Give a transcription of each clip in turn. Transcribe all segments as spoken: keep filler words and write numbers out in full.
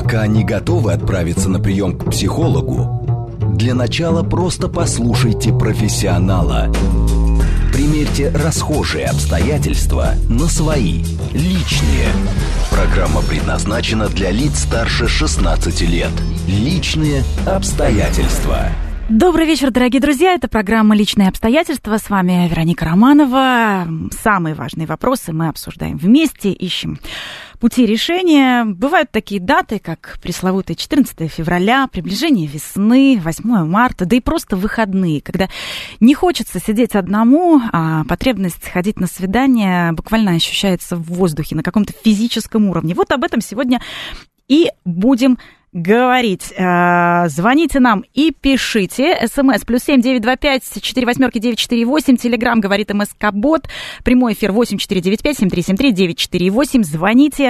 Пока не готовы отправиться на прием к психологу, для начала просто послушайте профессионала. Примерьте расхожие обстоятельства на свои, личные. Программа предназначена для лиц старше шестнадцати лет. Личные обстоятельства. Добрый вечер, дорогие друзья. Это программа «Личные обстоятельства». С вами Вероника Романова. Самые важные вопросы мы обсуждаем вместе, ищем пути решения. Бывают такие даты, как пресловутые четырнадцатое февраля, приближение весны, восьмое марта, да и просто выходные, когда не хочется сидеть одному, а потребность ходить на свидание буквально ощущается в воздухе, на каком-то физическом уровне. Вот об этом сегодня и будем говорить. Звоните нам и пишите. СМС плюс семь девять два пять четыре восьмерки девять четыре восемь. Телеграм говорит МСК-бот. Прямой эфир восемь четыре девять пять семь три семь три девять четыре восемь. Звоните.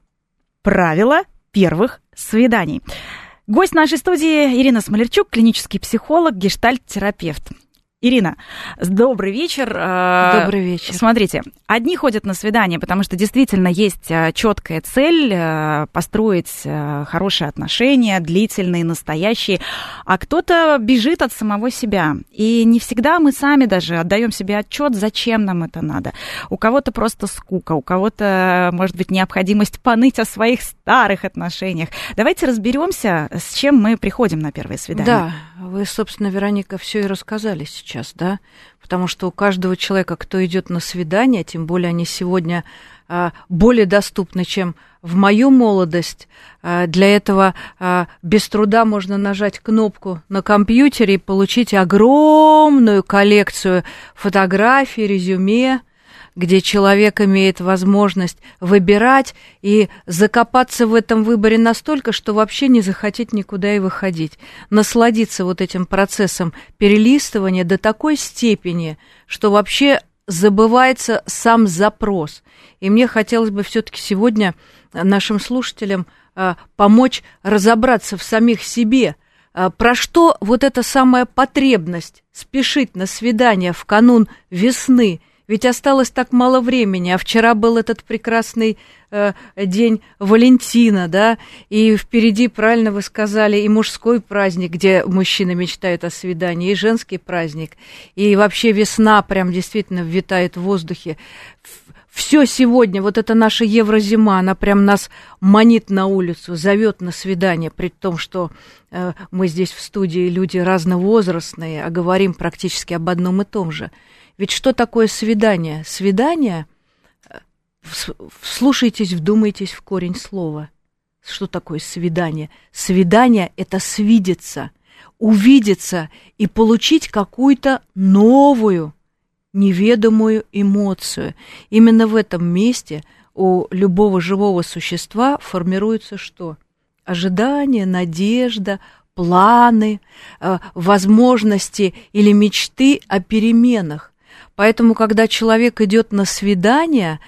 Правила первых свиданий. Гость нашей студии Ирина Смолярчук, клинический психолог, гештальт-терапевт. Ирина, добрый вечер. Добрый вечер. Смотрите, одни ходят на свидание, потому что действительно есть четкая цель построить хорошие отношения, длительные, настоящие, а кто-то бежит от самого себя. И не всегда мы сами даже отдаем себе отчет, зачем нам это надо. У кого-то просто скука, у кого-то, может быть, необходимость поныть о своих старых отношениях. Давайте разберемся, с чем мы приходим на первое свидание. Да, вы, собственно, Вероника, все и рассказали сейчас. Сейчас, да, потому что у каждого человека, кто идет на свидание, тем более они сегодня а, более доступны, чем в мою молодость. А, для этого а, без труда можно нажать кнопку на компьютере и получить огромную коллекцию фотографий, резюме, где человек имеет возможность выбирать и закопаться в этом выборе настолько, что вообще не захотеть никуда и выходить. Насладиться вот этим процессом перелистывания до такой степени, что вообще забывается сам запрос. И мне хотелось бы все-таки сегодня нашим слушателям помочь разобраться в самих себе, про что вот эта самая потребность спешить на свидание в канун весны. Ведь осталось так мало времени, а вчера был этот прекрасный э, день Валентина, да, и впереди, правильно вы сказали, и мужской праздник, где мужчины мечтают о свидании, и женский праздник, и вообще весна прям действительно витает в воздухе. Все сегодня, вот это наша еврозима, она прям нас манит на улицу, зовет на свидание, при том, что э, мы здесь в студии люди разновозрастные, а говорим практически об одном и том же. Ведь что такое свидание? Свидание, вслушайтесь, вдумайтесь в корень слова. Что такое свидание? Свидание – это свидеться, увидеться и получить какую-то новую, неведомую эмоцию. Именно в этом месте у любого живого существа формируется что? Ожидание, надежда, планы, возможности или мечты о переменах. Поэтому, когда человек идет на свидание,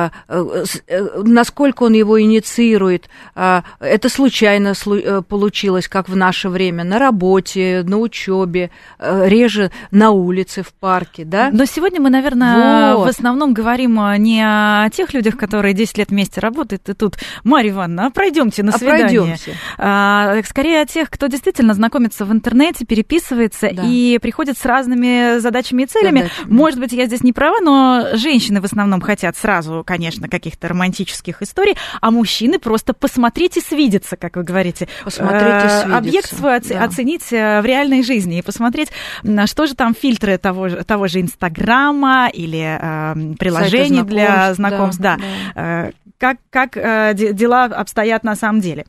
насколько он его инициирует, это случайно получилось, как в наше время, на работе, на учебе, реже на улице, в парке, да? Но сегодня мы, наверное, вот. в основном говорим не о тех людях, которые десять лет вместе работают, и тут, Марья Ивановна, а пройдемте на свидание. А пройдемте. А, скорее о тех, кто действительно знакомится в интернете, переписывается, да, и приходит с разными задачами и целями. Задачами. Может быть, я здесь не права, но женщины в основном хотят сразу, конечно, каких-то романтических историй, а мужчины просто посмотреть и свидеться, как вы говорите. Посмотреть и свидеться. Объект свой оц- да. оценить в реальной жизни и посмотреть, что же там фильтры того же, того же Инстаграма или э, приложений для знакомств. Да, да. Э, как, как э, дела обстоят на самом деле?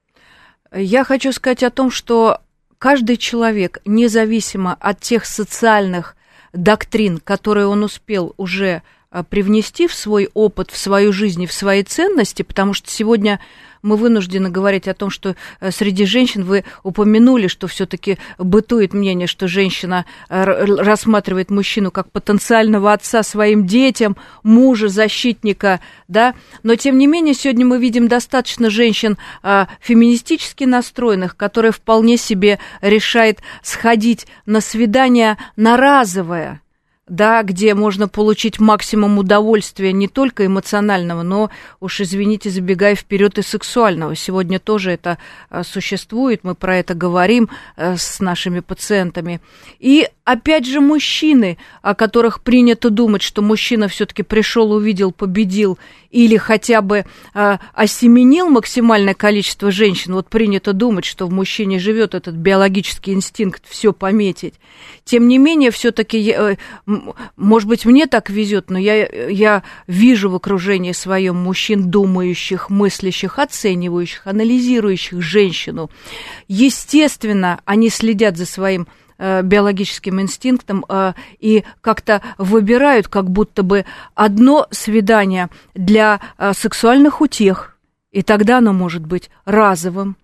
Я хочу сказать о том, что каждый человек, независимо от тех социальных доктрин, которые он успел уже привнести в свой опыт, в свою жизнь и в свои ценности, потому что сегодня мы вынуждены говорить о том, что среди женщин вы упомянули, что все-таки бытует мнение, что женщина рассматривает мужчину как потенциального отца своим детям, мужа, защитника, да, но тем не менее сегодня мы видим достаточно женщин феминистически настроенных, которые вполне себе решают сходить на свидание на разовое, да, где можно получить максимум удовольствия не только эмоционального, но, уж извините, забегая вперед, и сексуального. Сегодня тоже это существует, мы про это говорим с нашими пациентами. И опять же мужчины, о которых принято думать, что мужчина все-таки пришел, увидел, победил или хотя бы э, осеменил максимальное количество женщин. Вот принято думать, что в мужчине живет этот биологический инстинкт все пометить. Тем не менее, все-таки, э, может быть, мне так везет, но я, я вижу в окружении своем мужчин, думающих, мыслящих, оценивающих, анализирующих женщину. Естественно, они следят за своим биологическим инстинктом э, и как-то выбирают как будто бы одно свидание для э, сексуальных утех, и тогда оно может быть разовым.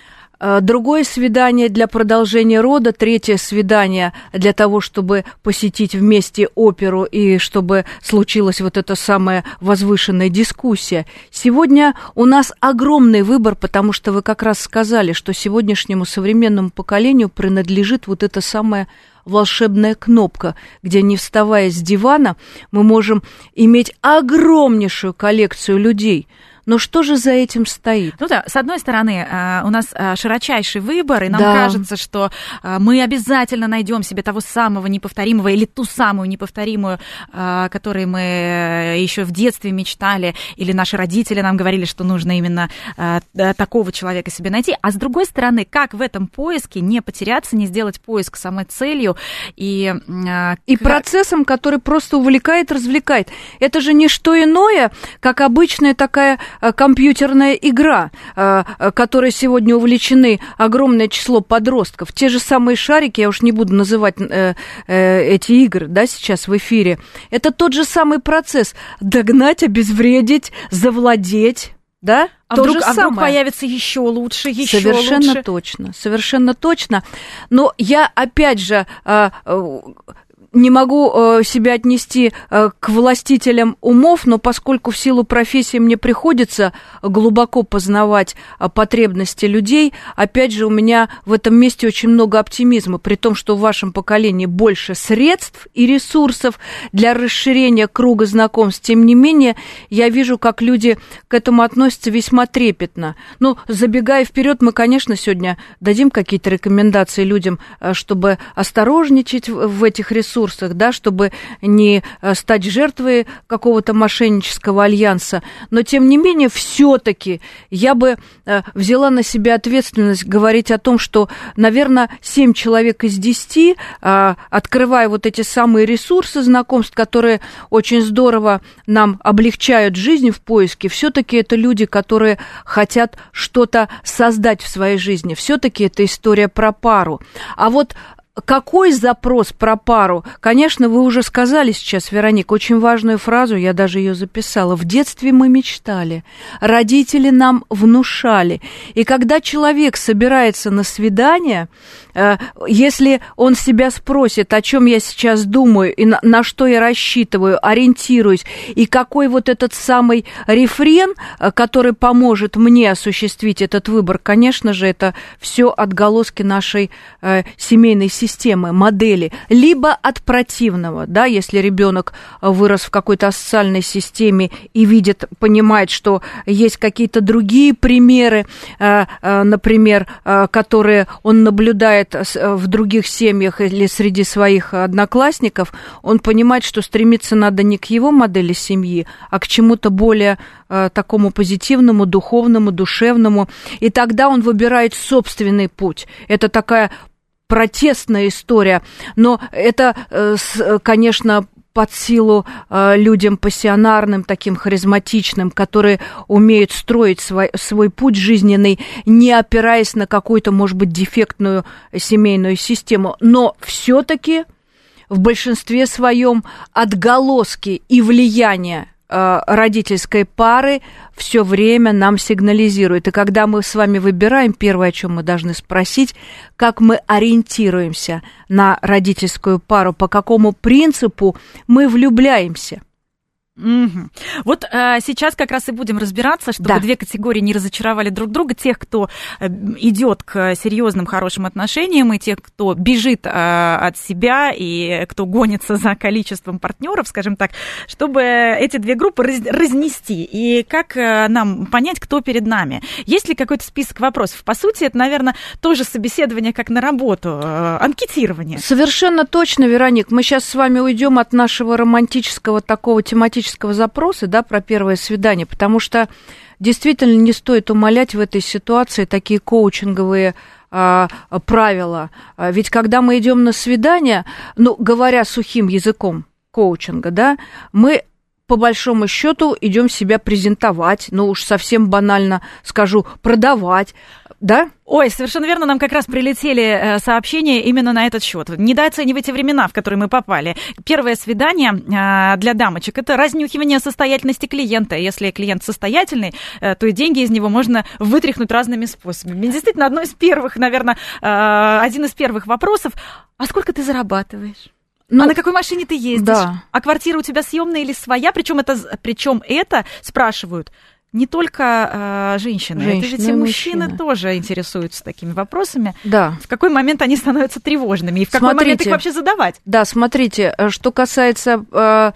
Э, другое свидание для продолжения рода, третье свидание для того, чтобы посетить вместе оперу и чтобы случилась вот эта самая возвышенная дискуссия. Сегодня у нас огромный выбор, потому что вы как раз сказали, что сегодняшнему современному поколению принадлежит вот эта самая волшебная кнопка, где, не вставая с дивана, мы можем иметь огромнейшую коллекцию людей. Но что же за этим стоит? Ну да, с одной стороны, у нас широчайший выбор, и нам да. кажется, что мы обязательно найдем себе того самого неповторимого или ту самую неповторимую, которой мы еще в детстве мечтали, или наши родители нам говорили, что нужно именно такого человека себе найти. А с другой стороны, как в этом поиске не потеряться, не сделать поиск самой целью и... И процессом, который просто увлекает, развлекает. Это же не что иное, как обычная такая... компьютерная игра, которой сегодня увлечены огромное число подростков. Те же самые шарики, я уж не буду называть э, э, эти игры, да, сейчас в эфире. Это тот же самый процесс. Догнать, обезвредить, завладеть, да? А, То вдруг, же а вдруг самое. появится еще лучше, еще совершенно лучше. точно, совершенно точно. Но я, опять же... Э, э, не могу э, себя отнести э, к властителям умов, но поскольку в силу профессии мне приходится глубоко познавать э, потребности людей, опять же, у меня в этом месте очень много оптимизма, при том, что в вашем поколении больше средств и ресурсов для расширения круга знакомств. Тем не менее, я вижу, как люди к этому относятся весьма трепетно. Ну, забегая вперед, мы, конечно, сегодня дадим какие-то рекомендации людям, э, чтобы осторожничать в, в этих ресурсах, да, чтобы не стать жертвой какого-то мошеннического альянса. Но, тем не менее, все-таки я бы взяла на себя ответственность говорить о том, что, наверное, семь человек из десяти, открывая вот эти самые ресурсы знакомств, которые очень здорово нам облегчают жизнь в поиске, все-таки это люди, которые хотят что-то создать в своей жизни. Все-таки это история про пару. А вот какой запрос про пару? Конечно, вы уже сказали сейчас, Вероника, очень важную фразу, я даже ее записала. В детстве мы мечтали, родители нам внушали. И когда человек собирается на свидание, если он себя спросит, о чем я сейчас думаю, и на, на что я рассчитываю, ориентируюсь, и какой вот этот самый рефрен, который поможет мне осуществить этот выбор, конечно же, это все отголоски нашей э, семейной системы. системы, модели, либо от противного, да, если ребенок вырос в какой-то социальной системе и видит, понимает, что есть какие-то другие примеры, например, которые он наблюдает в других семьях или среди своих одноклассников, он понимает, что стремиться надо не к его модели семьи, а к чему-то более такому позитивному, духовному, душевному, и тогда он выбирает собственный путь. Это такая протестная история, но это, конечно, под силу людям пассионарным, таким харизматичным, которые умеют строить свой, свой путь жизненный, не опираясь на какую-то, может быть, дефектную семейную систему. Но все-таки в большинстве своем отголоски и влияния родительской пары все время нам сигнализирует. И когда мы с вами выбираем, первое, о чем мы должны спросить, как мы ориентируемся на родительскую пару, по какому принципу мы влюбляемся. Угу. Вот а, сейчас как раз и будем разбираться, чтобы да. две категории не разочаровали друг друга. Тех, кто идет к серьезным, хорошим отношениям, и тех, кто бежит а, от себя, и кто гонится за количеством партнеров, скажем так, чтобы эти две группы раз, разнести. И как а, нам понять, кто перед нами? Есть ли какой-то список вопросов? По сути, это, наверное, тоже собеседование, как на работу, а, анкетирование. Совершенно точно, Вероник. Мы сейчас с вами уйдем от нашего романтического такого тематического запроса, да, про первое свидание, потому что действительно не стоит умалять в этой ситуации такие коучинговые а, правила. Ведь когда мы идем на свидание, ну, говоря сухим языком коучинга, да, мы по большому счету идем себя презентовать, ну уж совсем банально скажу, продавать, да? Ой, совершенно верно, нам как раз прилетели сообщения именно на этот счет. Недооценивайте времена, в которые мы попали. Первое свидание для дамочек – это разнюхивание состоятельности клиента. Если клиент состоятельный, то и деньги из него можно вытряхнуть разными способами. Действительно, одно из первых, наверное, один из первых вопросов – а сколько ты зарабатываешь? Ну, а на какой машине ты ездишь? Да. А квартира у тебя съемная или своя? Причем это, причем это спрашивают не только э, женщины, женщины, это ведь и мужчины, мужчины тоже интересуются такими вопросами. Да. В какой момент они становятся тревожными и в какой смотрите, момент их вообще задавать? Да, смотрите, что касается э,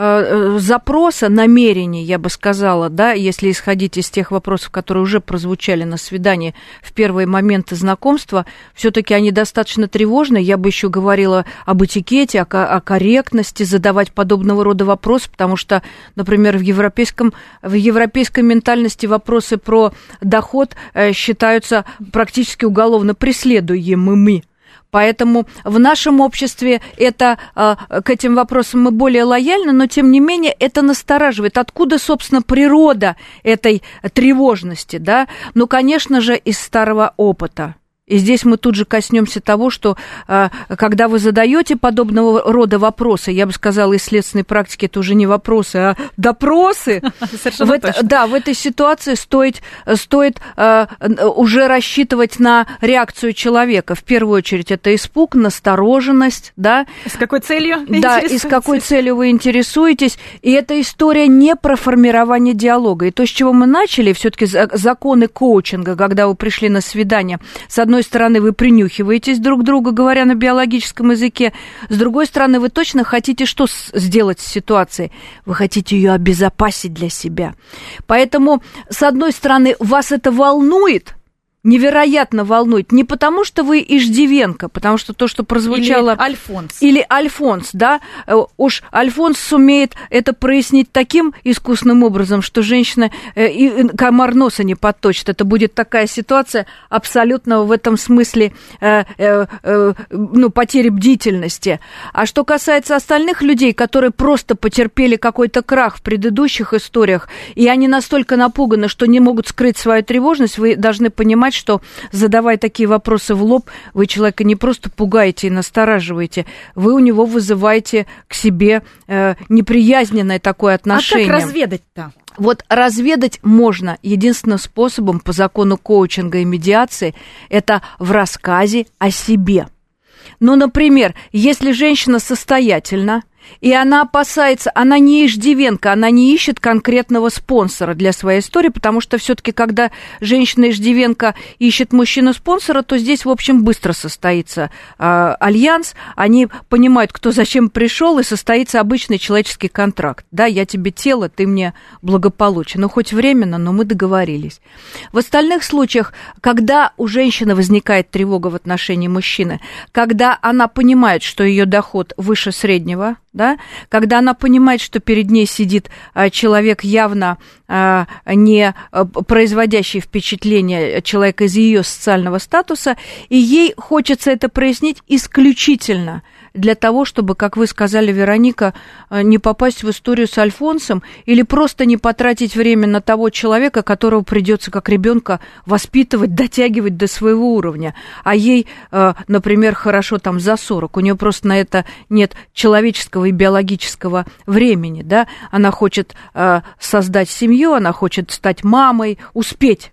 э, запроса, намерений, я бы сказала, да, если исходить из тех вопросов, которые уже прозвучали на свидании в первые моменты знакомства, все-таки они достаточно тревожны. Я бы еще говорила об этикете, о, о корректности задавать подобного рода вопросы, потому что, например, в европейском, в европейском ментальности вопросы про доход э, считаются практически уголовно преследуемыми. Поэтому в нашем обществе это, э, к этим вопросам мы более лояльны, но тем не менее это настораживает. Откуда, собственно, природа этой тревожности? Да? Ну, конечно же, из старого опыта. И здесь мы тут же коснемся того, что э, когда вы задаете подобного рода вопросы, я бы сказала, из следственной практики это уже не вопросы, а допросы. В это, да, в этой ситуации стоит, стоит э, уже рассчитывать на реакцию человека. В первую очередь это испуг, настороженность, да. С какой целью? Да, и с какой целью вы интересуетесь. И эта история не про формирование диалога. И то, с чего мы начали, все-таки законы коучинга, когда вы пришли на свидание, с одной С одной стороны, вы принюхиваетесь друг к другу, говоря на биологическом языке. С другой стороны, вы точно хотите что сделать с ситуацией? Вы хотите ее обезопасить для себя. Поэтому, с одной стороны, вас это волнует, невероятно волнует, не потому что вы иждивенка, потому что то, что прозвучало... Или Альфонс. Или Альфонс, да. Уж Альфонс сумеет это прояснить таким искусным образом, что женщина и комар носа не подточит. Это будет такая ситуация абсолютно в этом смысле э, э, э, ну, потери бдительности. А что касается остальных людей, которые просто потерпели какой-то крах в предыдущих историях, и они настолько напуганы, что не могут скрыть свою тревожность, вы должны понимать, что, задавая такие вопросы в лоб, вы человека не просто пугаете и настораживаете, вы у него вызываете к себе э, неприязненное такое отношение. А как разведать-то? Вот разведать можно единственным способом по закону коучинга и медиации – это в рассказе о себе. Ну, например, если женщина состоятельна, и она опасается, она не иждивенка, она не ищет конкретного спонсора для своей истории, потому что все-таки, когда женщина-иждивенка ищет мужчину-спонсора, то здесь, в общем, быстро состоится э, альянс, они понимают, кто зачем пришел, и состоится обычный человеческий контракт. Да, я тебе тело, ты мне благополучие. Ну, хоть временно, но мы договорились. В остальных случаях, когда у женщины возникает тревога в отношении мужчины, когда она понимает, что ее доход выше среднего, да, когда она понимает, что перед ней сидит а, человек, явно а, не а, производящий впечатление человека из ее социального статуса, и ей хочется это прояснить исключительно для того, чтобы, как вы сказали, Вероника, не попасть в историю с Альфонсом или просто не потратить время на того человека, которого придется как ребенка воспитывать, дотягивать до своего уровня. А ей, например, хорошо там за сорок, у нее просто на это нет человеческого и биологического времени, да? Она хочет создать семью, она хочет стать мамой, успеть.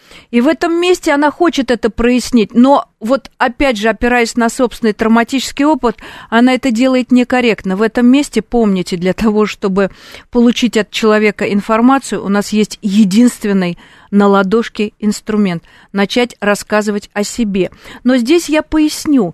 И в этом месте она хочет это прояснить, но вот опять же, опираясь на собственный травматический опыт, она это делает некорректно. В этом месте, помните, для того, чтобы получить от человека информацию, у нас есть единственный на ладошке инструмент – начать рассказывать о себе. Но здесь я поясню.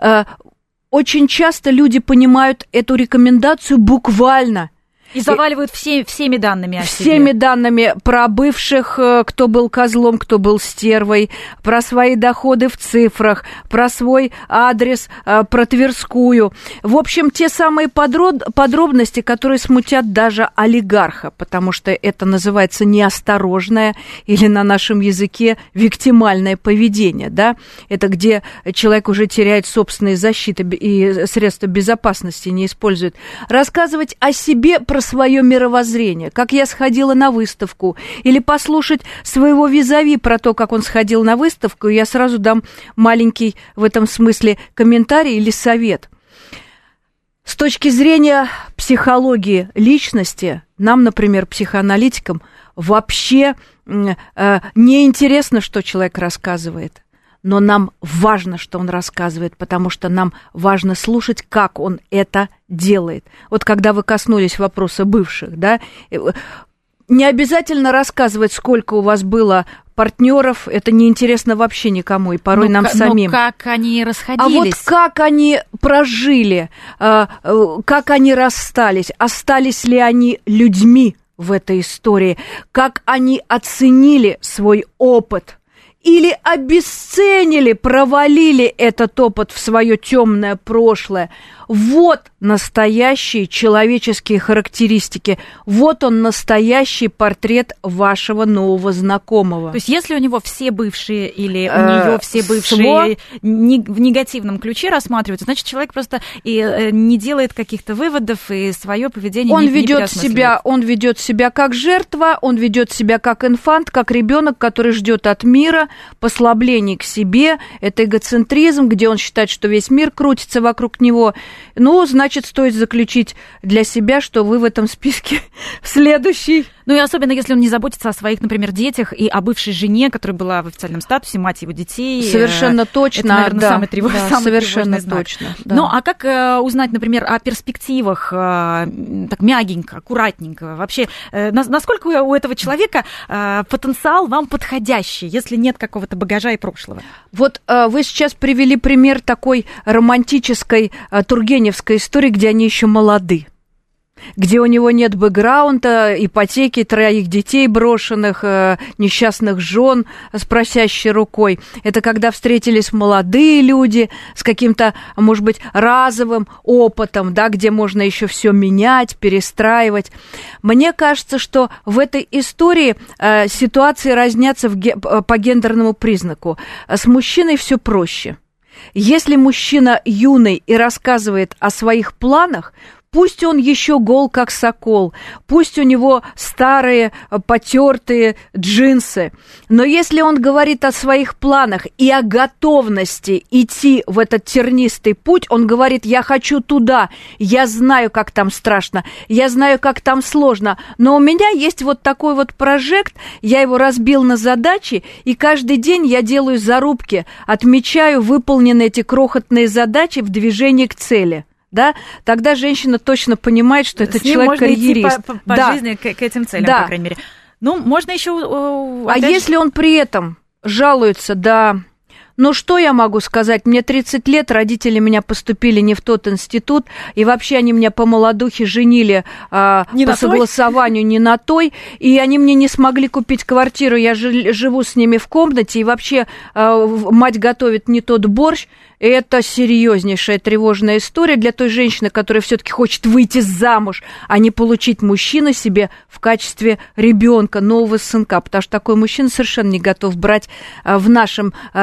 Очень часто люди понимают эту рекомендацию буквально. И заваливают все, всеми данными о себе. Всеми данными про бывших, кто был козлом, кто был стервой, про свои доходы в цифрах, про свой адрес, про Тверскую. В общем, те самые подроб- подробности, которые смутят даже олигарха, потому что это называется неосторожное или на нашем языке виктимальное поведение. Да? Это где человек уже теряет собственные защиты и средства безопасности, не использует. Рассказывать о себе про свое мировоззрение, как я сходила на выставку, или послушать своего визави про то, как он сходил на выставку, и я сразу дам маленький в этом смысле комментарий или совет. С точки зрения психологии личности, нам, например, психоаналитикам, вообще э, неинтересно, что человек рассказывает. Но нам важно, что он рассказывает, потому что нам важно слушать, как он это делает. Вот когда вы коснулись вопроса бывших, да, не обязательно рассказывать, сколько у вас было партнеров, это неинтересно вообще никому, и порой но нам к- самим. Но как они расходились? А вот как они прожили, как они расстались, остались ли они людьми в этой истории, как они оценили свой опыт, или обесценили, провалили этот опыт в свое темное прошлое. Вот настоящие человеческие характеристики. Вот он, настоящий портрет вашего нового знакомого. То есть если у него все бывшие или у Э, нее все бывшие не- в негативном ключе рассматриваются, значит, человек просто и э, не делает каких-то выводов и свое поведение Он не, не ведет переосмысливает. себя, он ведет себя как жертва, он ведет себя как инфант, как ребенок, который ждет от мира послаблений к себе. Это эгоцентризм, где он считает, что весь мир крутится вокруг него. Ну, значит, стоит заключить для себя, что вы в этом списке следующий. Ну и особенно, если он не заботится о своих, например, детях и о бывшей жене, которая была в официальном статусе, мать его детей. Совершенно точно. Это, наверное, да, самый, тревож... да, самый совершенно тревожный знак. точно. Да. Ну, а как э, узнать, например, о перспективах э, так мягенько, аккуратненько? Вообще, э, на, насколько у этого человека э, потенциал вам подходящий, если нет какого-то багажа и прошлого? Вот э, вы сейчас привели пример такой романтической э, тургеневской истории, где они еще молоды, где у него нет бэкграунда, ипотеки, троих детей брошенных, э, несчастных жен с просящей рукой. Это когда встретились молодые люди с каким-то, может быть, разовым опытом, да, где можно еще все менять, перестраивать. Мне кажется, что в этой истории э, ситуации разнятся в ге- по гендерному признаку. С мужчиной все проще. Если мужчина юный и рассказывает о своих планах, пусть он еще гол, как сокол, пусть у него старые потертые джинсы, но если он говорит о своих планах и о готовности идти в этот тернистый путь, он говорит: я хочу туда, я знаю, как там страшно, я знаю, как там сложно, но у меня есть вот такой вот прожект, я его разбил на задачи, и каждый день я делаю зарубки, отмечаю выполненные эти крохотные задачи в движении к цели. Да, тогда женщина точно понимает, что этот человек карьерист. По, по, по да. жизни к, к этим целям, да. по крайней мере. Ну, можно еще. А если он при этом жалуется, да. Ну, что я могу сказать? Мне тридцать лет, родители меня поступили не в тот институт, и вообще они меня по молодухе женили а, по согласованию не на той, и они мне не смогли купить квартиру, я ж, живу с ними в комнате, и вообще а, мать готовит не тот борщ. Это серьезнейшая тревожная история для той женщины, которая все-таки хочет выйти замуж, а не получить мужчину себе в качестве ребенка, нового сынка, потому что такой мужчина совершенно не готов брать в нашем российском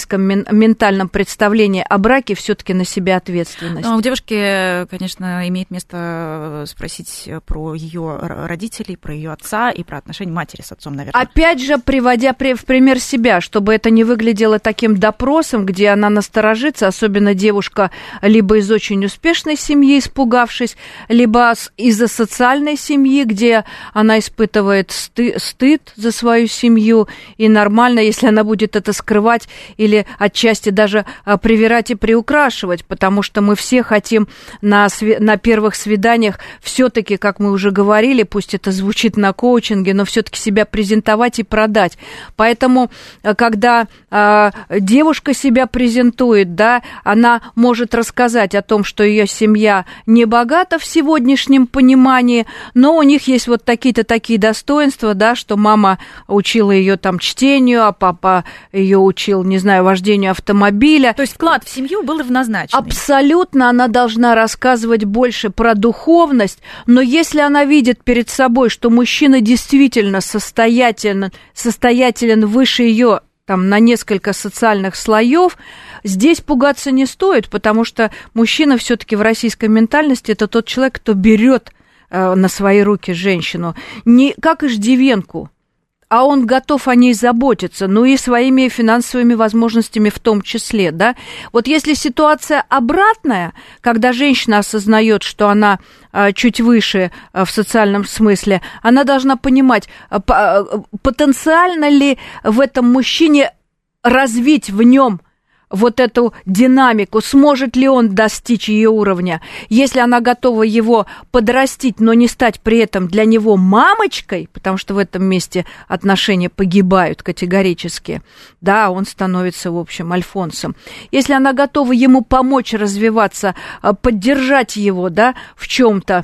российском ментальном представлении о браке все-таки на себя ответственность. Но у девушки, конечно, имеет место спросить про ее родителей, про ее отца и про отношения матери с отцом, наверное. Опять же, приводя в пример себя, чтобы это не выглядело таким допросом, где она насторожится, особенно девушка либо из очень успешной семьи, испугавшись, либо из-за социальной семьи, где она испытывает сты- стыд за свою семью, и нормально, если она будет это скрывать или отчасти даже привирать и приукрашивать, потому что мы все хотим на, сви- на первых свиданиях все-таки, как мы уже говорили, пусть это звучит на коучинге, но все-таки себя презентовать и продать. Поэтому, когда э, девушка себя презентует, да, она может рассказать о том, что ее семья не богата в сегодняшнем понимании, но у них есть вот такие-то такие достоинства, да, что мама учила ее там чтению, а папа ее учил, не знаю, вождению автомобиля. То есть вклад в семью был равнозначный. Абсолютно она должна рассказывать больше про духовность, но если она видит перед собой, что мужчина действительно состоятелен, состоятелен выше ее там, на несколько социальных слоев, здесь пугаться не стоит, потому что мужчина все-таки в российской ментальности это тот человек, кто берет э, на свои руки женщину, не как иждивенку, а он готов о ней заботиться, ну и своими финансовыми возможностями в том числе, да. Вот если ситуация обратная, когда женщина осознает, что она а, чуть выше а, в социальном смысле, она должна понимать, а, а, потенциально ли в этом мужчине развить в нем вот эту динамику, сможет ли он достичь ее уровня. Если она готова его подрастить, но не стать при этом для него мамочкой, потому что в этом месте отношения погибают категорически, да, он становится, в общем, альфонсом. Если она готова ему помочь развиваться, поддержать его, да, в чем-то,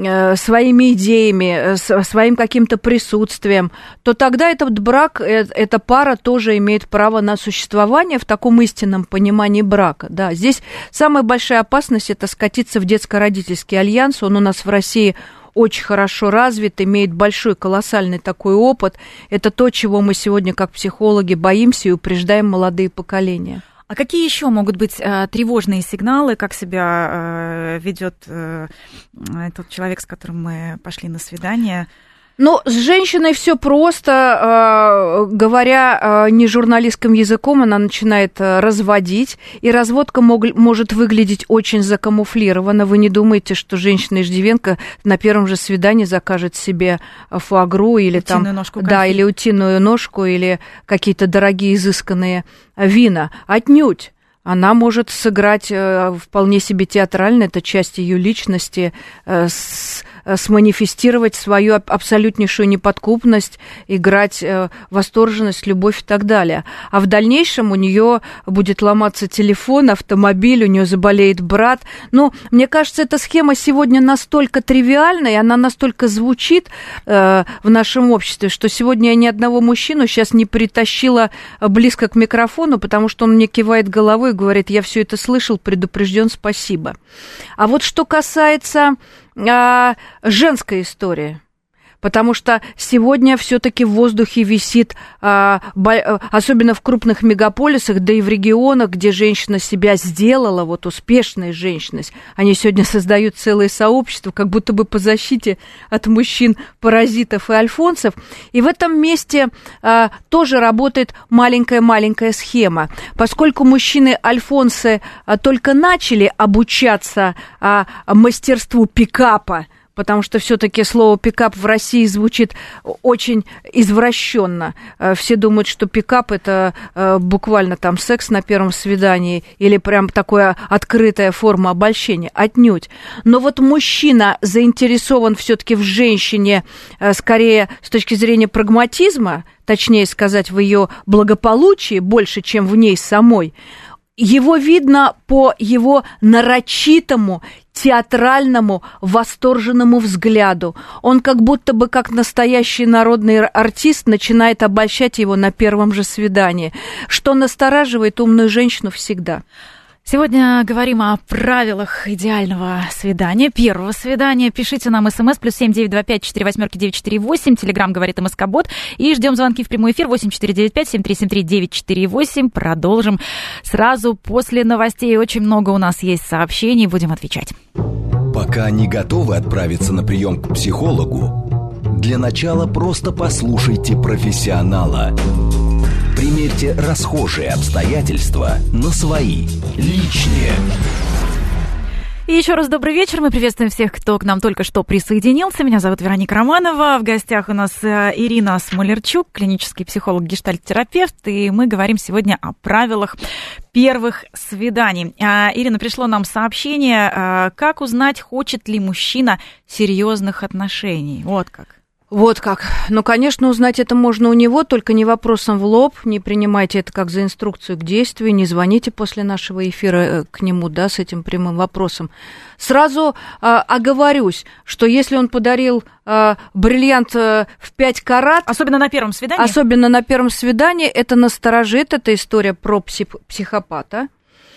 своими идеями, своим каким-то присутствием, то тогда этот брак, эта пара тоже имеет право на существование в таком истинном понимании брака. Да, здесь самая большая опасность – это скатиться в детско-родительский альянс. Он у нас в России очень хорошо развит, имеет большой, колоссальный такой опыт. Это то, чего мы сегодня, как психологи, боимся и упреждаем молодые поколения. А какие еще могут быть э, тревожные сигналы, как себя э, ведет э, тот человек, с которым мы пошли на свидание? Ну, с женщиной все просто, говоря не журналистским языком, она начинает разводить, и разводка мог, может выглядеть очень закамуфлированно. Вы не думаете, что женщина-иждивенка на первом же свидании закажет себе фуагру или утиную там, ножку, да, или утиную ножку, или какие-то дорогие изысканные вина. Отнюдь. Она может сыграть вполне себе театрально, это часть ее личности, с, сманифестировать свою абсолютнейшую неподкупность, играть восторженность, любовь и так далее. А в дальнейшем у нее будет ломаться телефон, автомобиль, у нее заболеет брат. Ну, мне кажется, эта схема сегодня настолько тривиальна, и она настолько звучит в нашем обществе, что сегодня я ни одного мужчину сейчас не притащила близко к микрофону, потому что он мне кивает головой, говорит, я все это слышал, предупрежден, спасибо. А вот что касается а, женской истории, потому что сегодня все-таки в воздухе висит, а, бо, особенно в крупных мегаполисах, да и в регионах, где женщина себя сделала, вот успешная женщина, они сегодня создают целые сообщества, как будто бы по защите от мужчин, паразитов и альфонсов. И в этом месте а, тоже работает маленькая-маленькая схема. Поскольку мужчины-альфонсы а, только начали обучаться а, мастерству пикапа, потому что все-таки слово пикап в России звучит очень извращенно. Все думают, что пикап это буквально там секс на первом свидании или прям такая открытая форма обольщения. Отнюдь. Но вот мужчина заинтересован все-таки в женщине скорее с точки зрения прагматизма, точнее сказать, в ее благополучии больше, чем в ней самой. Его видно по его нарочитому, театральному, восторженному взгляду. Он как будто бы, как настоящий народный артист, начинает обольщать его на первом же свидании, что настораживает умную женщину всегда. Сегодня говорим о правилах идеального свидания, первого свидания. Пишите нам смс плюс семь девять два пять четыре восьмерки девять четыре восемь, телеграм говорит МСК-бот. И ждем звонки в прямой эфир восемь четыре девять пять семь три семь три девять четыре восемь. Продолжим сразу после новостей. Очень много у нас есть сообщений, будем отвечать. Пока не готовы отправиться на прием к психологу, для начала просто послушайте профессионала. Примерьте расхожие обстоятельства на свои, личные. И еще раз добрый вечер. Мы приветствуем всех, кто к нам только что присоединился. Меня зовут Вероника Романова. В гостях у нас Ирина Смолерчук, клинический психолог, гештальт-терапевт. И мы говорим сегодня о правилах первых свиданий. Ирина, пришло нам сообщение, как узнать, хочет ли мужчина серьезных отношений. Вот как. Вот как. Ну, конечно, узнать это можно у него, только не вопросом в лоб, не принимайте это как за инструкцию к действию, не звоните после нашего эфира к нему, да, с этим прямым вопросом. Сразу э, оговорюсь, что если он подарил э, бриллиант э, в пять карат... Особенно на первом свидании? Особенно на первом свидании, это насторожит, это история про псих, психопата.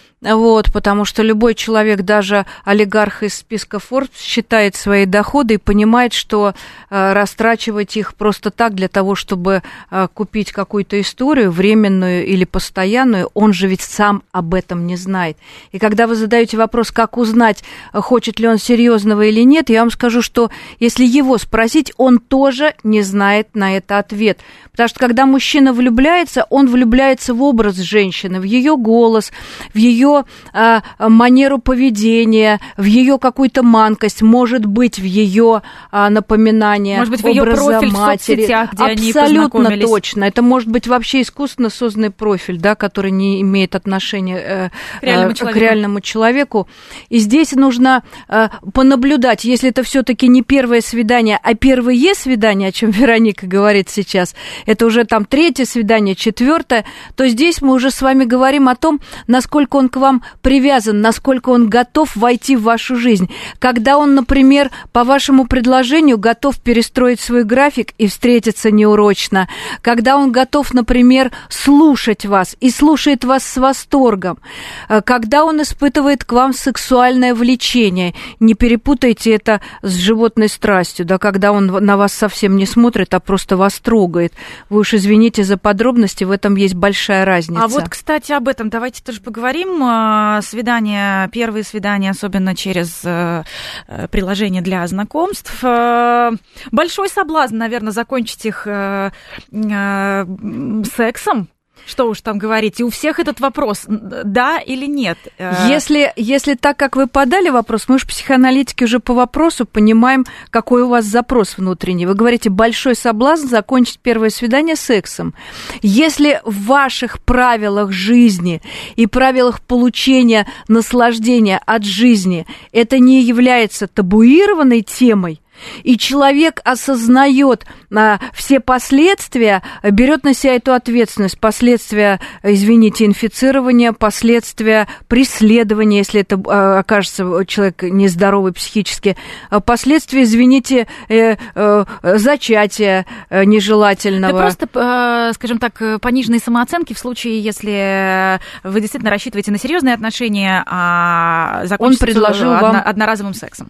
Вот, потому что любой человек, даже олигарх из списка Forbes, считает свои доходы и понимает, что э, растрачивать их просто так для того, чтобы э, купить какую-то историю, временную или постоянную, он же ведь сам об этом не знает. И когда вы задаете вопрос, как узнать, хочет ли он серьезного или нет, я вам скажу, что если его спросить, он тоже не знает на это ответ. Потому что когда мужчина влюбляется, он влюбляется в образ женщины, в ее голос, в ее э, манеру поведения, в ее какую-то манкость, может быть, в ее э, напоминание может быть, в образа ее профиль матери. В соцсетях, где абсолютно они точно. Это может быть вообще искусственно созданный профиль, да, который не имеет отношения э, к, реальному э, к реальному человеку. И здесь нужно э, понаблюдать, если это все-таки не первое свидание, а первое свидание, о чем Вероника говорит сейчас, это уже там третье свидание, четвертое, то здесь мы уже с вами говорим о том, насколько он к вам привязан, насколько он готов войти в вашу жизнь. Когда он, например, по вашему предложению готов перестроить свой график и встретиться неурочно. Когда он готов, например, слушать вас и слушает вас с восторгом. Когда он испытывает к вам сексуальное влечение. Не перепутайте это с животной страстью, да, когда он на вас совсем не смотрит, а просто вас трогает. Вы уж извините за подробности, в этом есть большая разница. А вот, кстати, об этом давайте тоже поговорим. Свидания, первые свидания, особенно через приложение для знакомств. Большой соблазн, наверное, закончить их сексом. Что уж там говорить, и у всех этот вопрос, да или нет? Если, если так, как вы подали вопрос, мы же психоаналитики уже по вопросу понимаем, какой у вас запрос внутренний. Вы говорите, большой соблазн закончить первое свидание сексом. Если в ваших правилах жизни и правилах получения наслаждения от жизни это не является табуированной темой, и человек осознает а, все последствия, берет на себя эту ответственность, последствия, извините, инфицирования, последствия преследования, если это а, окажется человек нездоровый психически, а, последствия, извините, э, э, зачатия э, нежелательного. Да просто, э, скажем так, пониженной самооценки в случае, если вы действительно рассчитываете на серьезные отношения, а закончится он предложил одно, вам одноразовым сексом.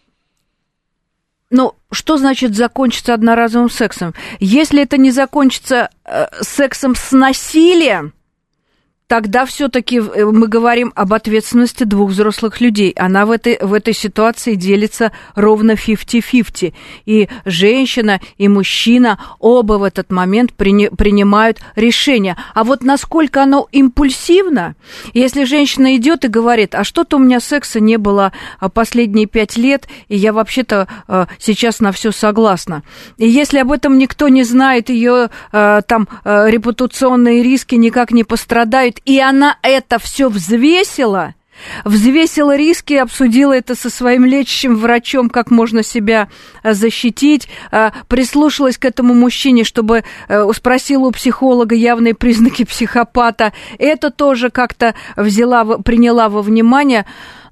Ну, что значит закончится одноразовым сексом? Если это не закончится э, сексом с насилием, тогда все-таки мы говорим об ответственности двух взрослых людей. Она в этой, в этой ситуации делится ровно пятьдесят-пятьдесят. И женщина, и мужчина оба в этот момент при, принимают решение. А вот насколько оно импульсивно, если женщина идет и говорит, а что-то у меня секса не было последние пять лет, и я вообще-то сейчас на все согласна. И если об этом никто не знает, ее там репутационные риски никак не пострадают, и она это все взвесила, взвесила риски, обсудила это со своим лечащим врачом, как можно себя защитить, прислушалась к этому мужчине, чтобы спросила у психолога явные признаки психопата. Это тоже как-то взяла, приняла во внимание. Но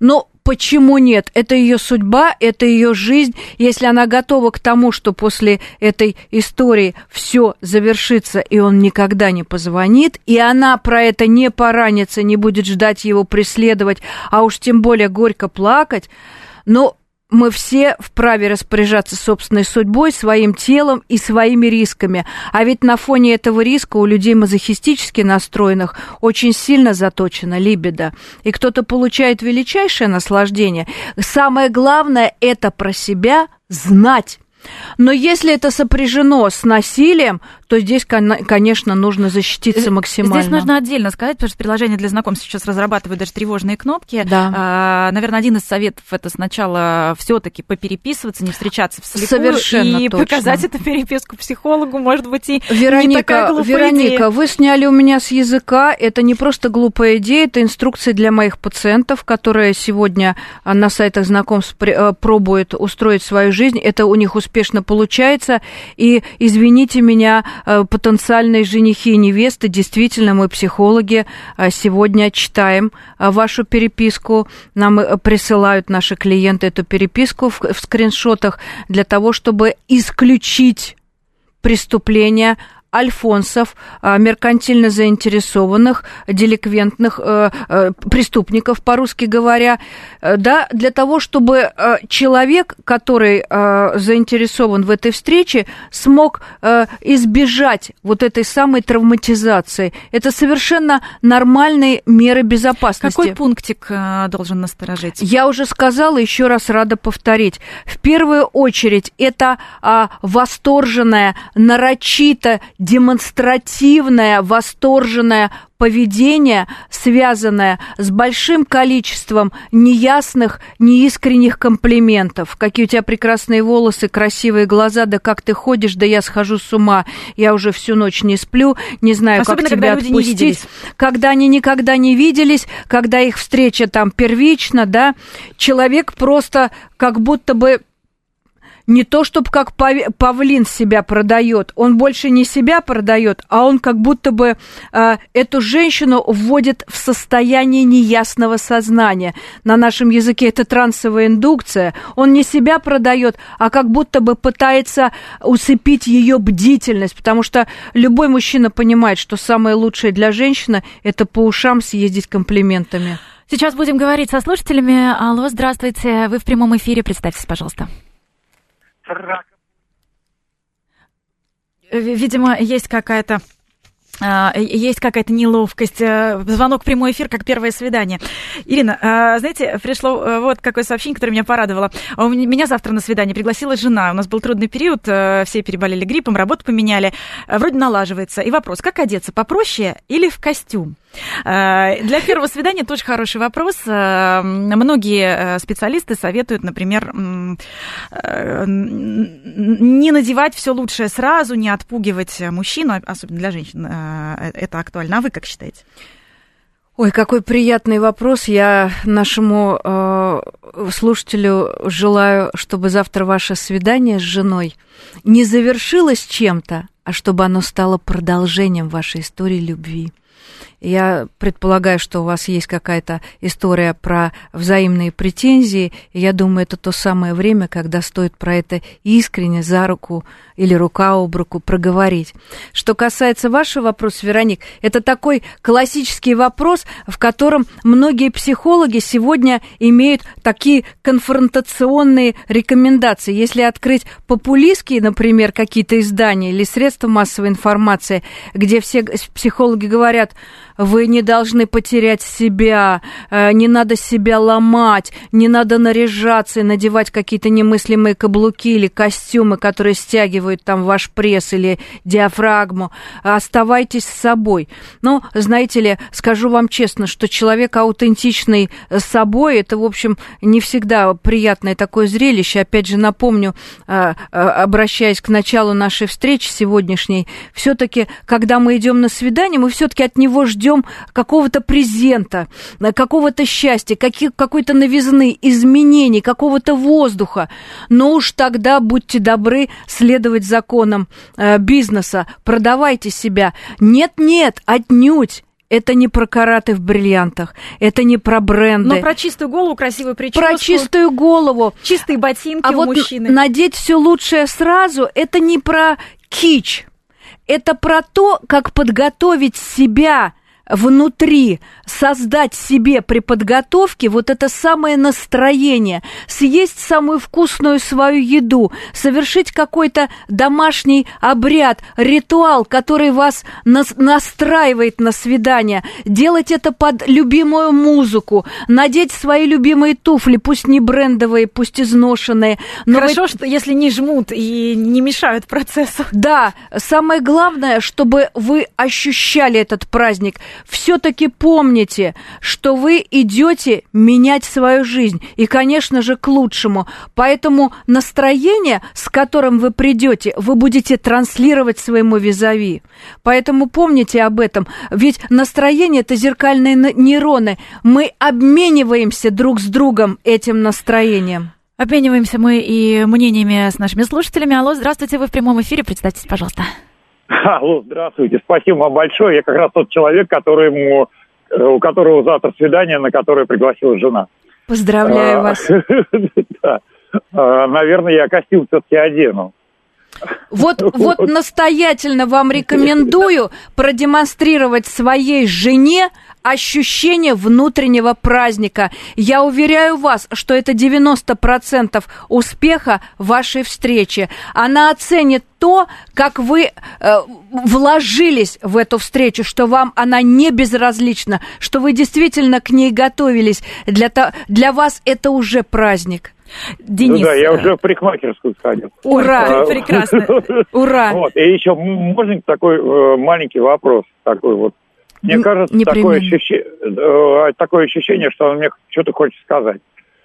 почему нет? Это ее судьба, это ее жизнь. Если она готова к тому, что после этой истории все завершится, и он никогда не позвонит, и она про это не поранится, не будет ждать его преследовать, а уж тем более горько плакать, но мы все вправе распоряжаться собственной судьбой, своим телом и своими рисками. А ведь на фоне этого риска у людей мазохистически настроенных очень сильно заточена либидо. И кто-то получает величайшее наслаждение. Самое главное – это про себя знать. Но если это сопряжено с насилием, то здесь, конечно, нужно защититься максимально. Здесь нужно отдельно сказать, потому что приложение для знакомств сейчас разрабатывают даже тревожные кнопки. Да. А, наверное, один из советов – это сначала все-таки попереписываться, не встречаться вслепую. Совершенно и точно. Показать эту переписку психологу, может быть, и Вероника, не такая глупая Вероника, идея. Вы сняли у меня с языка. Это не просто глупая идея, это инструкции для моих пациентов, которые сегодня на сайтах знакомств пробуют устроить свою жизнь. Это у них успешно получается. И, извините меня, потенциальные женихи и невесты, действительно, мы, психологи, сегодня читаем вашу переписку. Нам присылают наши клиенты эту переписку в, в скриншотах для того, чтобы исключить преступления альфонсов, меркантильно заинтересованных, деликвентных преступников, по-русски говоря, да, для того, чтобы человек, который заинтересован в этой встрече, смог избежать вот этой самой травматизации. Это совершенно нормальные меры безопасности. Какой пунктик должен насторожить? Я уже сказала, еще раз рада повторить. В первую очередь, это восторженная, нарочито демонстративное, восторженное поведение, связанное с большим количеством неясных, неискренних комплиментов. Какие у тебя прекрасные волосы, красивые глаза, да как ты ходишь, да я схожу с ума, я уже всю ночь не сплю, не знаю, особенно, как тебя когда отпустить. Люди не когда они никогда не виделись, когда их встреча там первична, да, человек просто как будто бы не то, чтобы как павлин себя продает, он больше не себя продает, а он как будто бы э, эту женщину вводит в состояние неясного сознания. На нашем языке это трансовая индукция. Он не себя продает, а как будто бы пытается усыпить ее бдительность, потому что любой мужчина понимает, что самое лучшее для женщины – это по ушам съездить комплиментами. Сейчас будем говорить со слушателями. Алло, здравствуйте, вы в прямом эфире, представьтесь, пожалуйста. Видимо, есть какая-то есть какая-то неловкость. Звонок в прямой эфир, как первое свидание. Ирина, знаете, пришло вот какое сообщение, которое меня порадовало. У меня завтра на свидание пригласила жена. У нас был трудный период, все переболели гриппом, работу поменяли. Вроде налаживается. И вопрос, как одеться, попроще или в костюм? Для первого свидания тоже хороший вопрос. Многие специалисты советуют, например, не надевать все лучшее сразу, не отпугивать мужчину, особенно для женщин. Это актуально. А вы как считаете? Ой, какой приятный вопрос. Я нашему э, слушателю желаю, чтобы завтра ваше свидание с женой не завершилось чем-то, а чтобы оно стало продолжением вашей истории любви. Я предполагаю, что у вас есть какая-то история про взаимные претензии, и я думаю, это то самое время, когда стоит про это искренне за руку или рука об руку проговорить. Что касается вашего вопроса, Вероник, это такой классический вопрос, в котором многие психологи сегодня имеют такие конфронтационные рекомендации. Если открыть популистские, например, какие-то издания или средства массовой информации, где все психологи говорят: вы не должны потерять себя, не надо себя ломать, не надо наряжаться и надевать какие-то немыслимые каблуки или костюмы, которые стягивают там ваш пресс или диафрагму. Оставайтесь с собой. Ну, знаете ли, скажу вам честно, что человек аутентичный с собой, это, в общем, не всегда приятное такое зрелище. Опять же, напомню, обращаясь к началу нашей встречи сегодняшней, все-таки, когда мы идем на свидание, мы все-таки от него ждем какого-то презента, какого-то счастья, каких, какой-то новизны, изменений, какого-то воздуха. Но уж тогда будьте добры следовать законам э, бизнеса, продавайте себя. Нет-нет, отнюдь. Это не про караты в бриллиантах, это не про бренды. Но про чистую голову, красивую прическу. Про чистую голову. Чистые ботинки а у вот мужчины. Надеть все лучшее сразу, это не про кич. Это про то, как подготовить себя внутри, создать себе при подготовке вот это самое настроение, съесть самую вкусную свою еду, совершить какой-то домашний обряд, ритуал, который вас нас- настраивает на свидание, делать это под любимую музыку, надеть свои любимые туфли, пусть не брендовые, пусть изношенные. Но Хорошо, вы... что если не жмут и не мешают процессу. Да, самое главное, чтобы вы ощущали этот праздник. Все-таки помните, что вы идете менять свою жизнь, и, конечно же, к лучшему. Поэтому настроение, с которым вы придете, вы будете транслировать своему визави. Поэтому помните об этом. Ведь настроение – это зеркальные нейроны. Мы обмениваемся друг с другом этим настроением. Обмениваемся мы и мнениями с нашими слушателями. Алло, здравствуйте, вы в прямом эфире, представьтесь, пожалуйста. Алло, здравствуйте, спасибо вам большое. Я как раз тот человек, которому, у которого завтра свидание, на которое пригласила жена. Поздравляю вас. Да. Наверное, я костюм все-таки одену. Вот, вот настоятельно вам рекомендую продемонстрировать своей жене ощущение внутреннего праздника. Я уверяю вас, что это девяносто процентов успеха вашей встречи. Она оценит то, как вы э, вложились в эту встречу, что вам она не безразлична, что вы действительно к ней готовились. Для, то, для вас это уже праздник. Денис. Ну да, я уже в парикмахерскую сходил. Ура! Ой, прекрасно. Ура! Вот. И еще можно такой э, маленький вопрос, такой вот. Мне кажется, такое ощущение, э, такое ощущение, что он мне что-то хочет сказать.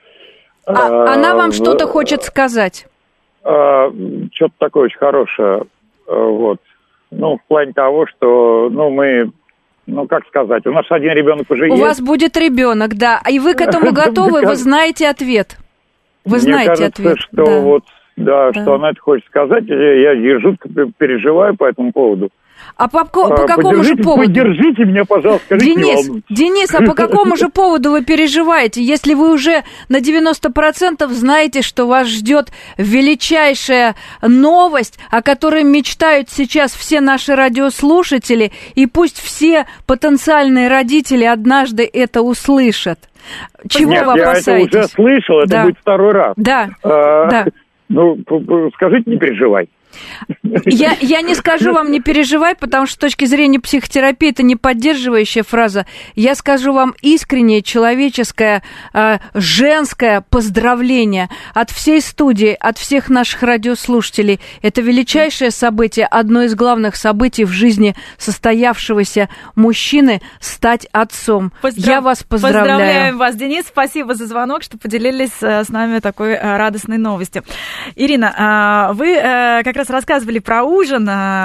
А, она вам что-то хочет сказать? Э, что-то такое очень хорошее. Э, вот. Ну, в плане того, что, ну, мы... Ну, как сказать, у нас один ребенок уже у есть. У вас будет ребенок, да. И вы к этому готовы, вы знаете ответ. Вы Мне знаете кажется, ответ. что да. вот, да, да, что она это хочет сказать, я, я жутко переживаю по этому поводу. А по, по какому же поводу? Поддержите меня, пожалуйста, скажите. Денис, Денис, а по какому же поводу вы переживаете, если вы уже на девяносто процентов знаете, что вас ждет величайшая новость, о которой мечтают сейчас все наши радиослушатели, и пусть все потенциальные родители однажды это услышат. Чего Нет, вы опасаетесь? Я это уже слышал, это да. будет второй раз. Да, а, да. Ну, скажите, не переживай. Я, я не скажу вам не переживай, потому что с точки зрения психотерапии это не поддерживающая фраза. Я скажу вам искреннее, человеческое, э, женское поздравление от всей студии, от всех наших радиослушателей. Это величайшее событие, одно из главных событий в жизни состоявшегося мужчины – стать отцом. Поздрав... Я вас поздравляю. Поздравляем вас, Денис. Спасибо за звонок, что поделились с нами такой радостной новостью. Ирина, вы как раз рассказывали про ужин.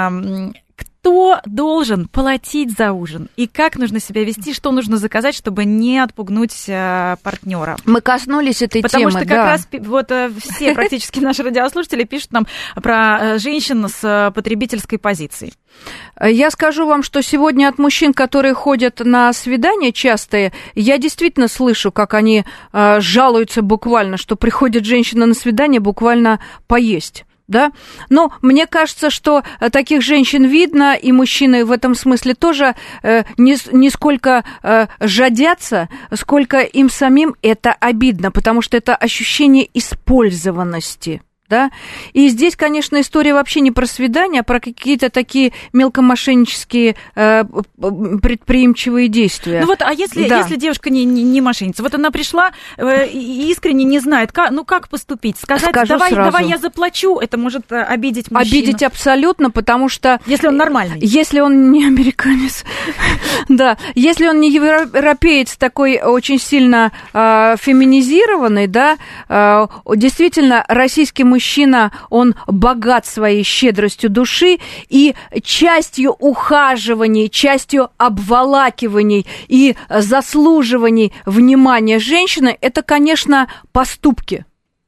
Кто должен платить за ужин? И как нужно себя вести? Что нужно заказать, чтобы не отпугнуть партнера? Мы коснулись этой Потому темы. Потому что да. как раз вот все практически наши радиослушатели пишут нам про женщин с потребительской позицией. Я скажу вам, что сегодня от мужчин, которые ходят на свидания частые, я действительно слышу, как они э, жалуются буквально, что приходит женщина на свидание буквально поесть. Да? Но мне кажется, что таких женщин видно, и мужчины в этом смысле тоже э, не, не сколько э, жадятся, сколько им самим это обидно, потому что это ощущение использованности. Да? И здесь, конечно, история вообще не про свидание, а про какие-то такие мелкомошеннические э, предприимчивые действия. Ну вот, а если, да. если девушка не, не, не мошенница, вот она пришла э, и искренне не знает, как, ну как поступить? Сказать, давай, давай я заплачу, это может обидеть мужчину. Обидеть абсолютно, потому что... Если он нормальный. Если он не американец, да, если он не европеец, такой очень сильно феминизированный, да, действительно, российский мужчина Мужчина, он богат своей щедростью души, и частью ухаживаний, частью обволакиваний и заслуживаний внимания женщины, это, конечно, поступки.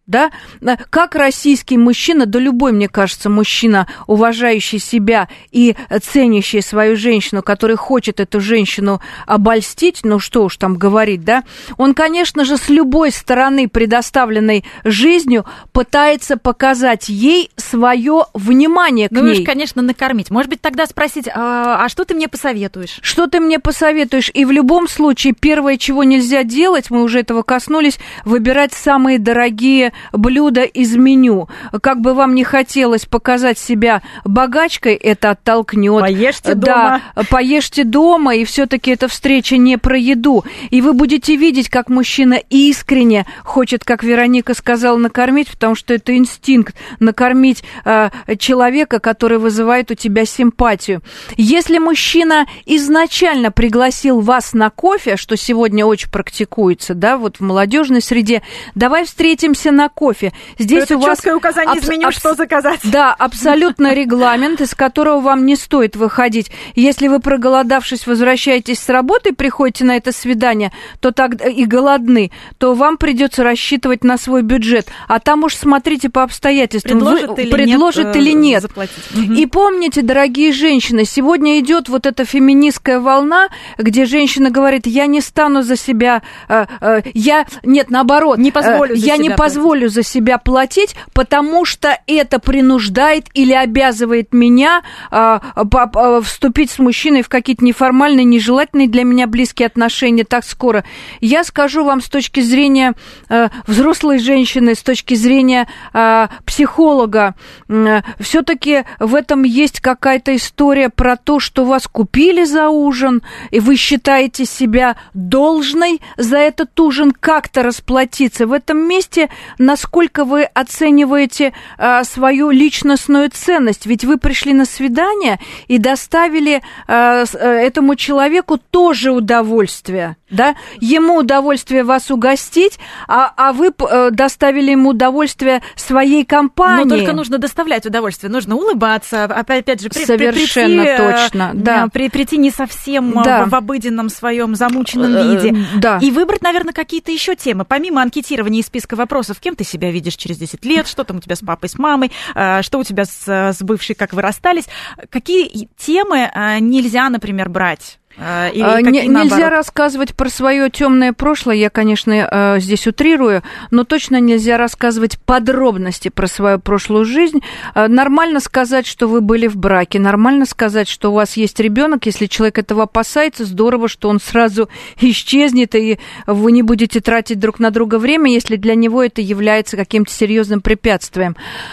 Да? Как российский мужчина, да любой, мне кажется, мужчина, уважающий себя и ценящий свою женщину, который хочет эту женщину обольстить, ну что уж там говорить, да, он, конечно же, с любой стороны предоставленной жизнью пытается показать ей свое внимание к ну, ней. Ну, уж, конечно, накормить. Может быть, тогда спросить, а, а что ты мне посоветуешь? Что ты мне посоветуешь? И в любом случае, первое, чего нельзя делать, мы уже этого коснулись, выбирать самые дорогие блюда из меню. Как бы вам не хотелось показать себя богачкой, это оттолкнет. Поешьте да, дома. Поешьте дома, и все-таки эта встреча не про еду. И вы будете видеть, как мужчина искренне хочет, как Вероника сказала, накормить, потому что это инстинкт, накормить э, человека, который вызывает у тебя симпатию. Если мужчина изначально пригласил вас на кофе, что сегодня очень практикуется, да, вот в молодежной среде, давай встретимся на кофе. Здесь это у вас четкое указание абс- из меню, абс- что заказать. Да, абсолютно регламент, из которого вам не стоит выходить. Если вы, проголодавшись, возвращаетесь с работы и приходите на это свидание, то так и голодны, то вам придется рассчитывать на свой бюджет. А там уж смотрите по обстоятельствам, предложит вы, или предложит нет, или нет. Угу. И помните, дорогие женщины, сегодня идет вот эта феминистская волна, где женщина говорит: я не стану за себя, э, э, я, нет, наоборот, не позволю за я себя не позволю платить. за себя платить, потому что это принуждает или обязывает меня э, по, по, вступить с мужчиной в какие-то неформальные, нежелательные для меня близкие отношения так скоро. Я скажу вам с точки зрения э, взрослой женщины, с точки зрения э, психолога, э, все-таки в этом есть какая-то история про то, что вас купили за ужин, и вы считаете себя должной за этот ужин как-то расплатиться. В этом месте, насколько вы оцениваете э, свою личностную ценность, ведь вы пришли на свидание и доставили э, этому человеку тоже удовольствие, да? Ему удовольствие вас угостить, а, а вы э, доставили ему удовольствие своей компании. Но только нужно доставлять удовольствие, нужно улыбаться, опять же, при, совершенно прийти, точно, да. При, прийти не совсем да. в, в обыденном своем замученном виде. Да. И выбрать, наверное, какие-то еще темы, помимо анкетирования и списка вопросов, кем ты себя видишь через десять лет, что там у тебя с папой, с мамой, что у тебя с, с бывшей, как вы расстались, какие темы нельзя, например, брать? Или не, нельзя рассказывать про свое темное прошлое, я, конечно, здесь утрирую, но точно нельзя рассказывать подробности про свою прошлую жизнь. Нормально сказать, что вы были в браке, нормально сказать, что у вас есть ребенок. Если человек этого опасается, здорово, что он сразу исчезнет, и вы не будете тратить друг на друга время, если для него это является каким-то серьезным препятствием.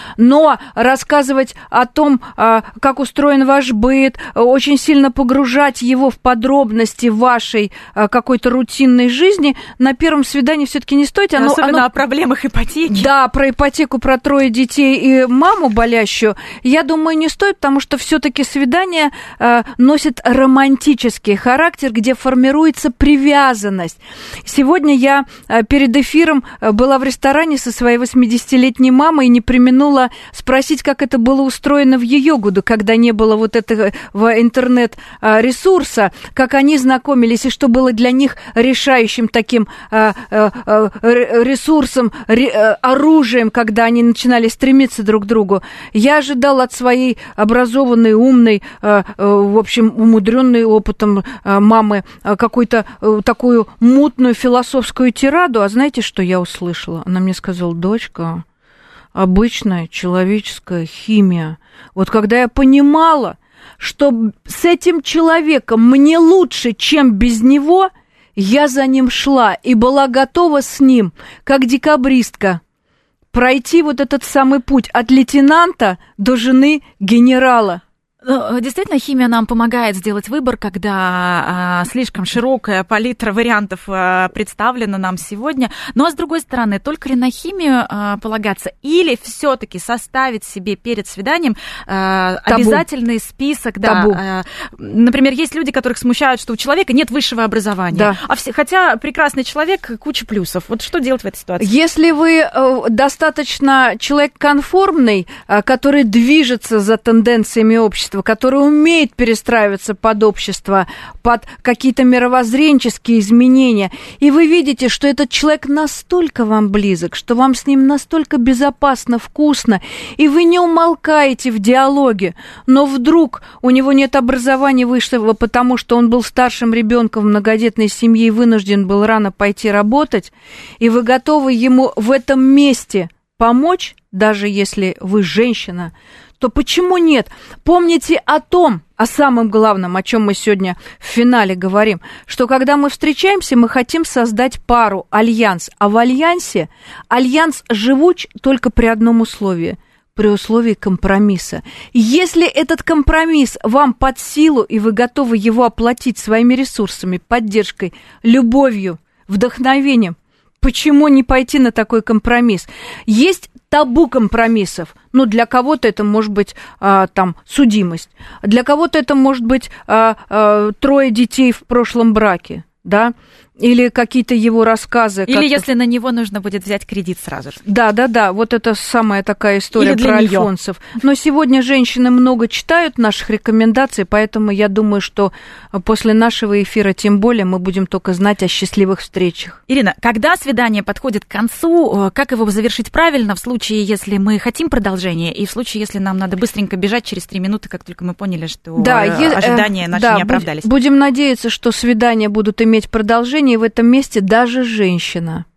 Но рассказывать о том, как устроен ваш быт, очень сильно погружать его в подробности вашей а, какой-то рутинной жизни на первом свидании все-таки не стоит. Оно, Особенно оно... о проблемах ипотеки. Да, про ипотеку, про трое детей и маму болящую, я думаю, не стоит, потому что все-таки свидание а, носит романтический характер, где формируется привязанность. Сегодня я а, перед эфиром была в ресторане со своей восьмидесятилетней мамой и не преминула спросить, как это было устроено в ее году, когда не было вот этого интернет-ресурса, как они знакомились, и что было для них решающим таким э, э, ресурсом, ре, оружием, когда они начинали стремиться друг к другу. Я ожидала от своей образованной, умной, э, э, в общем, умудренной опытом э, мамы э, какую-то э, такую мутную философскую тираду. А знаете, что я услышала? Она мне сказала: дочка, обычная человеческая химия. Вот когда я понимала, что с этим человеком мне лучше, чем без него, я за ним шла и была готова с ним, как декабристка, пройти вот этот самый путь от лейтенанта до жены генерала. Действительно, химия нам помогает сделать выбор, когда а, слишком широкая палитра вариантов а, представлена нам сегодня. Но, с другой стороны, только ли на химию а, полагаться? Или все-таки составить себе перед свиданием а, обязательный список? Да, а, например, есть люди, которых смущают, что у человека нет высшего образования. Да. А все, хотя прекрасный человек, куча плюсов. Вот что делать в этой ситуации? Если вы э, достаточно человек конформный, э, который движется за тенденциями общества, общество, которое умеет перестраиваться под общество, под какие-то мировоззренческие изменения, и вы видите, что этот человек настолько вам близок, что вам с ним настолько безопасно, вкусно, и вы не умолкаете в диалоге, но вдруг у него нет образования высшего, потому что он был старшим ребенком в многодетной семье и вынужден был рано пойти работать, и вы готовы ему в этом месте помочь, даже если вы женщина, то почему нет? Помните о том, о самом главном, о чем мы сегодня в финале говорим, что когда мы встречаемся, мы хотим создать пару, альянс, а в альянсе альянс живуч только при одном условии – при условии компромисса. Если этот компромисс вам под силу, и вы готовы его оплатить своими ресурсами, поддержкой, любовью, вдохновением, почему не пойти на такой компромисс? Есть табу компромиссов. Ну, для кого-то это может быть а, там судимость, для кого-то это может быть а, а, трое детей в прошлом браке, да, или какие-то его рассказы. Или как-то... если на него нужно будет взять кредит сразу же. Да, да, да, вот это самая такая история про неё. Альфонсов. Но сегодня женщины много читают наших рекомендаций, поэтому я думаю, что после нашего эфира тем более мы будем только знать о счастливых встречах. Ирина, когда свидание подходит к концу, как его завершить правильно в случае, если мы хотим продолжения, и в случае, если нам надо быстренько бежать через три минуты, как только мы поняли, что да, ожидания наши да, не оправдались? Будем надеяться, что свидания будут иметь продолжение, и в этом месте даже женщина,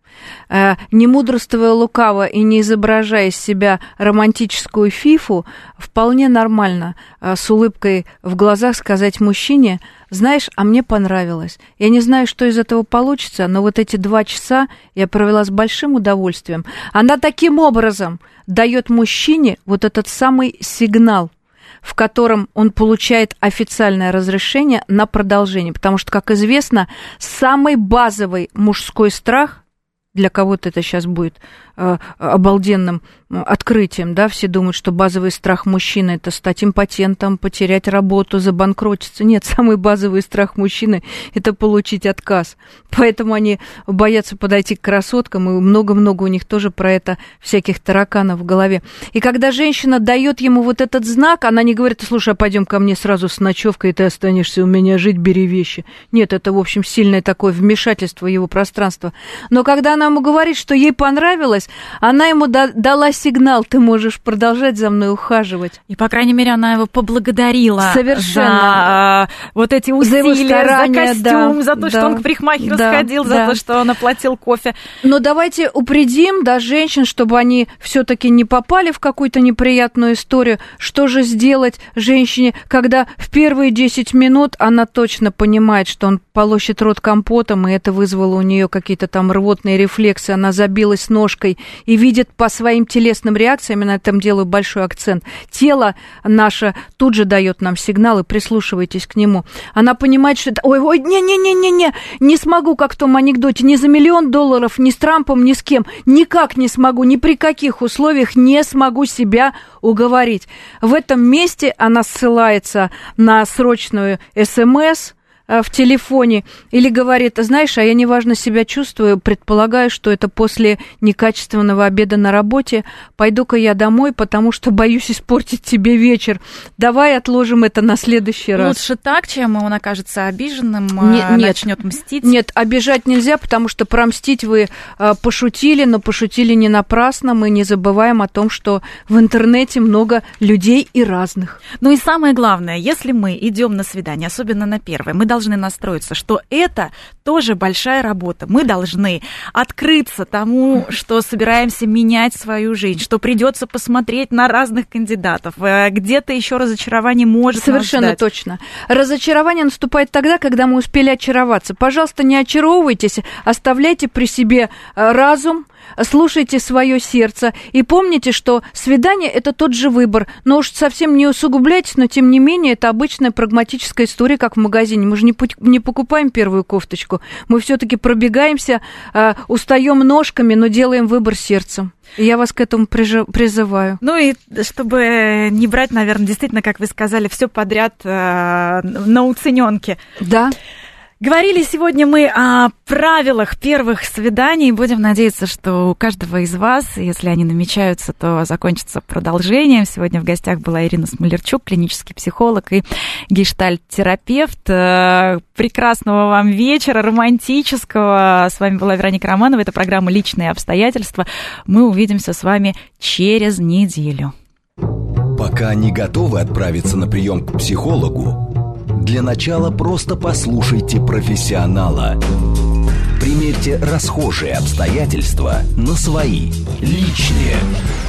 не мудрствуя лукаво и не изображая из себя романтическую фифу, вполне нормально с улыбкой в глазах сказать мужчине: знаешь, а мне понравилось. Я не знаю, что из этого получится, но вот эти два часа я провела с большим удовольствием. Она таким образом дает мужчине вот этот самый сигнал, в котором он получает официальное разрешение на продолжение. Потому что, как известно, самый базовый мужской страх, для кого-то это сейчас будет э, обалденным открытием, да, все думают, что базовый страх мужчины – это стать импотентом, потерять работу, забанкротиться. Нет, самый базовый страх мужчины – это получить отказ. Поэтому они боятся подойти к красоткам, и много-много у них тоже про это всяких тараканов в голове. И когда женщина дает ему вот этот знак, она не говорит: слушай, а пойдем ко мне сразу с ночевкой, и ты останешься у меня жить, бери вещи. Нет, это, в общем, сильное такое вмешательство в его пространство. Но когда она ему говорит, что ей понравилось, она ему да- дала сигнал: ты можешь продолжать за мной ухаживать. И, по крайней мере, она его поблагодарила. Совершенно. За вот эти усилия, за, старания, за костюм, да, за то, да, что он к парикмахеру да, сходил, да. за то, что он оплатил кофе. Но давайте упредим, да, женщин, чтобы они все-таки не попали в какую-то неприятную историю. Что же сделать женщине, когда в первые десять минут она точно понимает, что он полощет рот компотом, и это вызвало у нее какие-то там рвотные рефлексы, она забилась ножкой и видит по своим телесным реакциям, я на этом делаю большой акцент, тело наше тут же дает нам сигналы, прислушивайтесь к нему. Она понимает, что это, ой-ой, не-не-не-не-не, не смогу, как в том анекдоте, ни за миллион долларов, ни с Трампом, ни с кем, никак не смогу, ни при каких условиях не смогу себя уговорить. В этом месте она ссылается на срочную СМС в телефоне или говорит: знаешь, а я неважно себя чувствую, предполагаю, что это после некачественного обеда на работе, пойду-ка я домой, потому что боюсь испортить тебе вечер. Давай отложим это на следующий раз. Лучше так, чем он окажется обиженным, нет, начнет мстить. Нет, обижать нельзя, потому что промстить вы пошутили, но пошутили не напрасно. Мы не забываем о том, что в интернете много людей и разных. Ну и самое главное, если мы идем на свидание, особенно на первое, мы должны должны настроиться, что это тоже большая работа. Мы должны открыться тому, что собираемся менять свою жизнь, что придется посмотреть на разных кандидатов. Где-то еще разочарование может Совершенно нас ждать. Точно. Разочарование наступает тогда, когда мы успели очароваться. Пожалуйста, не очаровывайтесь, оставляйте при себе разум, слушайте свое сердце и помните, что свидание – это тот же выбор. Но уж совсем не усугубляйтесь, но тем не менее это обычная прагматическая история, как в магазине. Мы же не, не покупаем первую кофточку, мы все-таки пробегаемся, э, устаем ножками, но делаем выбор сердцем. И я вас к этому призываю. Ну и чтобы не брать, наверное, действительно, как вы сказали, все подряд э, на уценёнке. Да. Говорили сегодня мы о правилах первых свиданий. Будем надеяться, что у каждого из вас, если они намечаются, то закончится продолжением. Сегодня в гостях была Ирина Смолерчук, клинический психолог и гештальт-терапевт. Прекрасного вам вечера, романтического. С вами была Вероника Романова. Это программа «Личные обстоятельства». Мы увидимся с вами через неделю. Пока не готовы отправиться на прием к психологу, для начала просто послушайте профессионала. Примерьте расхожие обстоятельства на свои, личные.